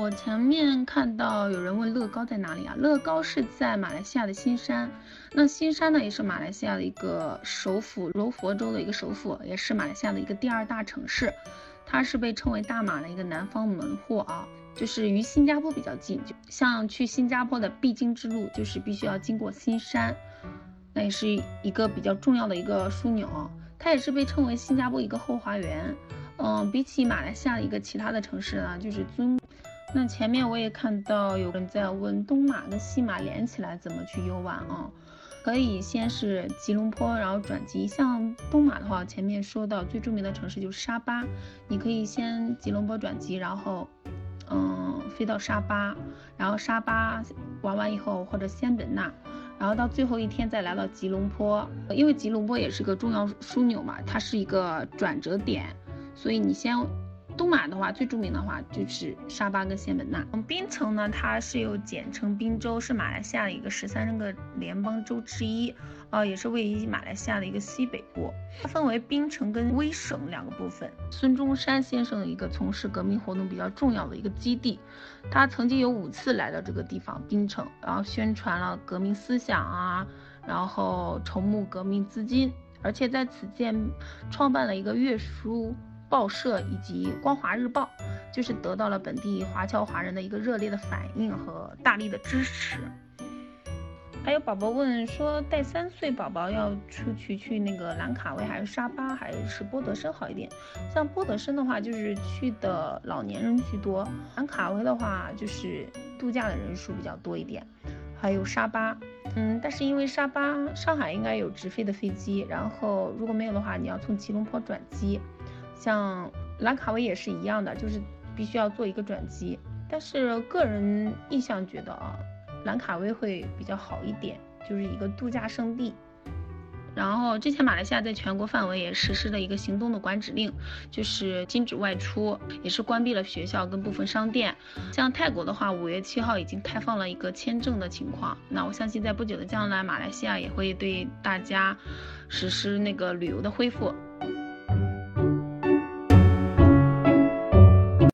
我前面看到有人问乐高在哪里啊？乐高是在马来西亚的新山，那新山呢也是马来西亚的一个首府，柔佛州的一个首府，也是马来西亚的一个第2大城市。它是被称为大马的一个南方门户啊，就是与新加坡比较近，就像去新加坡的必经之路，就是必须要经过新山，那也是一个比较重要的一个枢纽啊。它也是被称为新加坡一个后花园。比起马来西亚的一个其他的城市呢，就是那前面我也看到有人在问东马跟西马连起来怎么去游玩啊？可以先是吉隆坡，然后转机。像东马的话，前面说到最著名的城市就是沙巴，你可以先吉隆坡转机，然后飞到沙巴，然后沙巴玩完以后或者仙本那，然后到最后一天再来到吉隆坡，因为吉隆坡也是个重要枢纽嘛，它是一个转折点，所以你先东马的话，最著名的话就是沙巴跟仙本那。槟城呢，它是又简称槟州，是马来西亚的一个13个联邦州之一，也是位于马来西亚的一个西北部。它分为槟城跟威省2个部分。孙中山先生的一个从事革命活动比较重要的一个基地，他曾经有5次来到这个地方槟城，然后宣传了革命思想啊，然后筹募革命资金，而且在此间创办了一个月书报社以及光华日报，就是得到了本地华侨华人的一个热烈的反应和大力的支持。还有宝宝问说，带3岁宝宝要去那个兰卡威还是沙巴还是波德森好一点？像波德森的话，就是去的老年人居多；兰卡威的话，就是度假的人数比较多一点。还有沙巴，但是因为沙巴上海应该有直飞的飞机，然后如果没有的话，你要从吉隆坡转机。像兰卡威也是一样的，就是必须要做一个转机，但是个人意向觉得兰卡威会比较好一点，就是一个度假胜地。然后之前马来西亚在全国范围也实施了一个行动的管制令，就是禁止外出，也是关闭了学校跟部分商店。像泰国的话，5月7号已经开放了一个签证的情况，那我相信在不久的将来，马来西亚也会对大家实施那个旅游的恢复。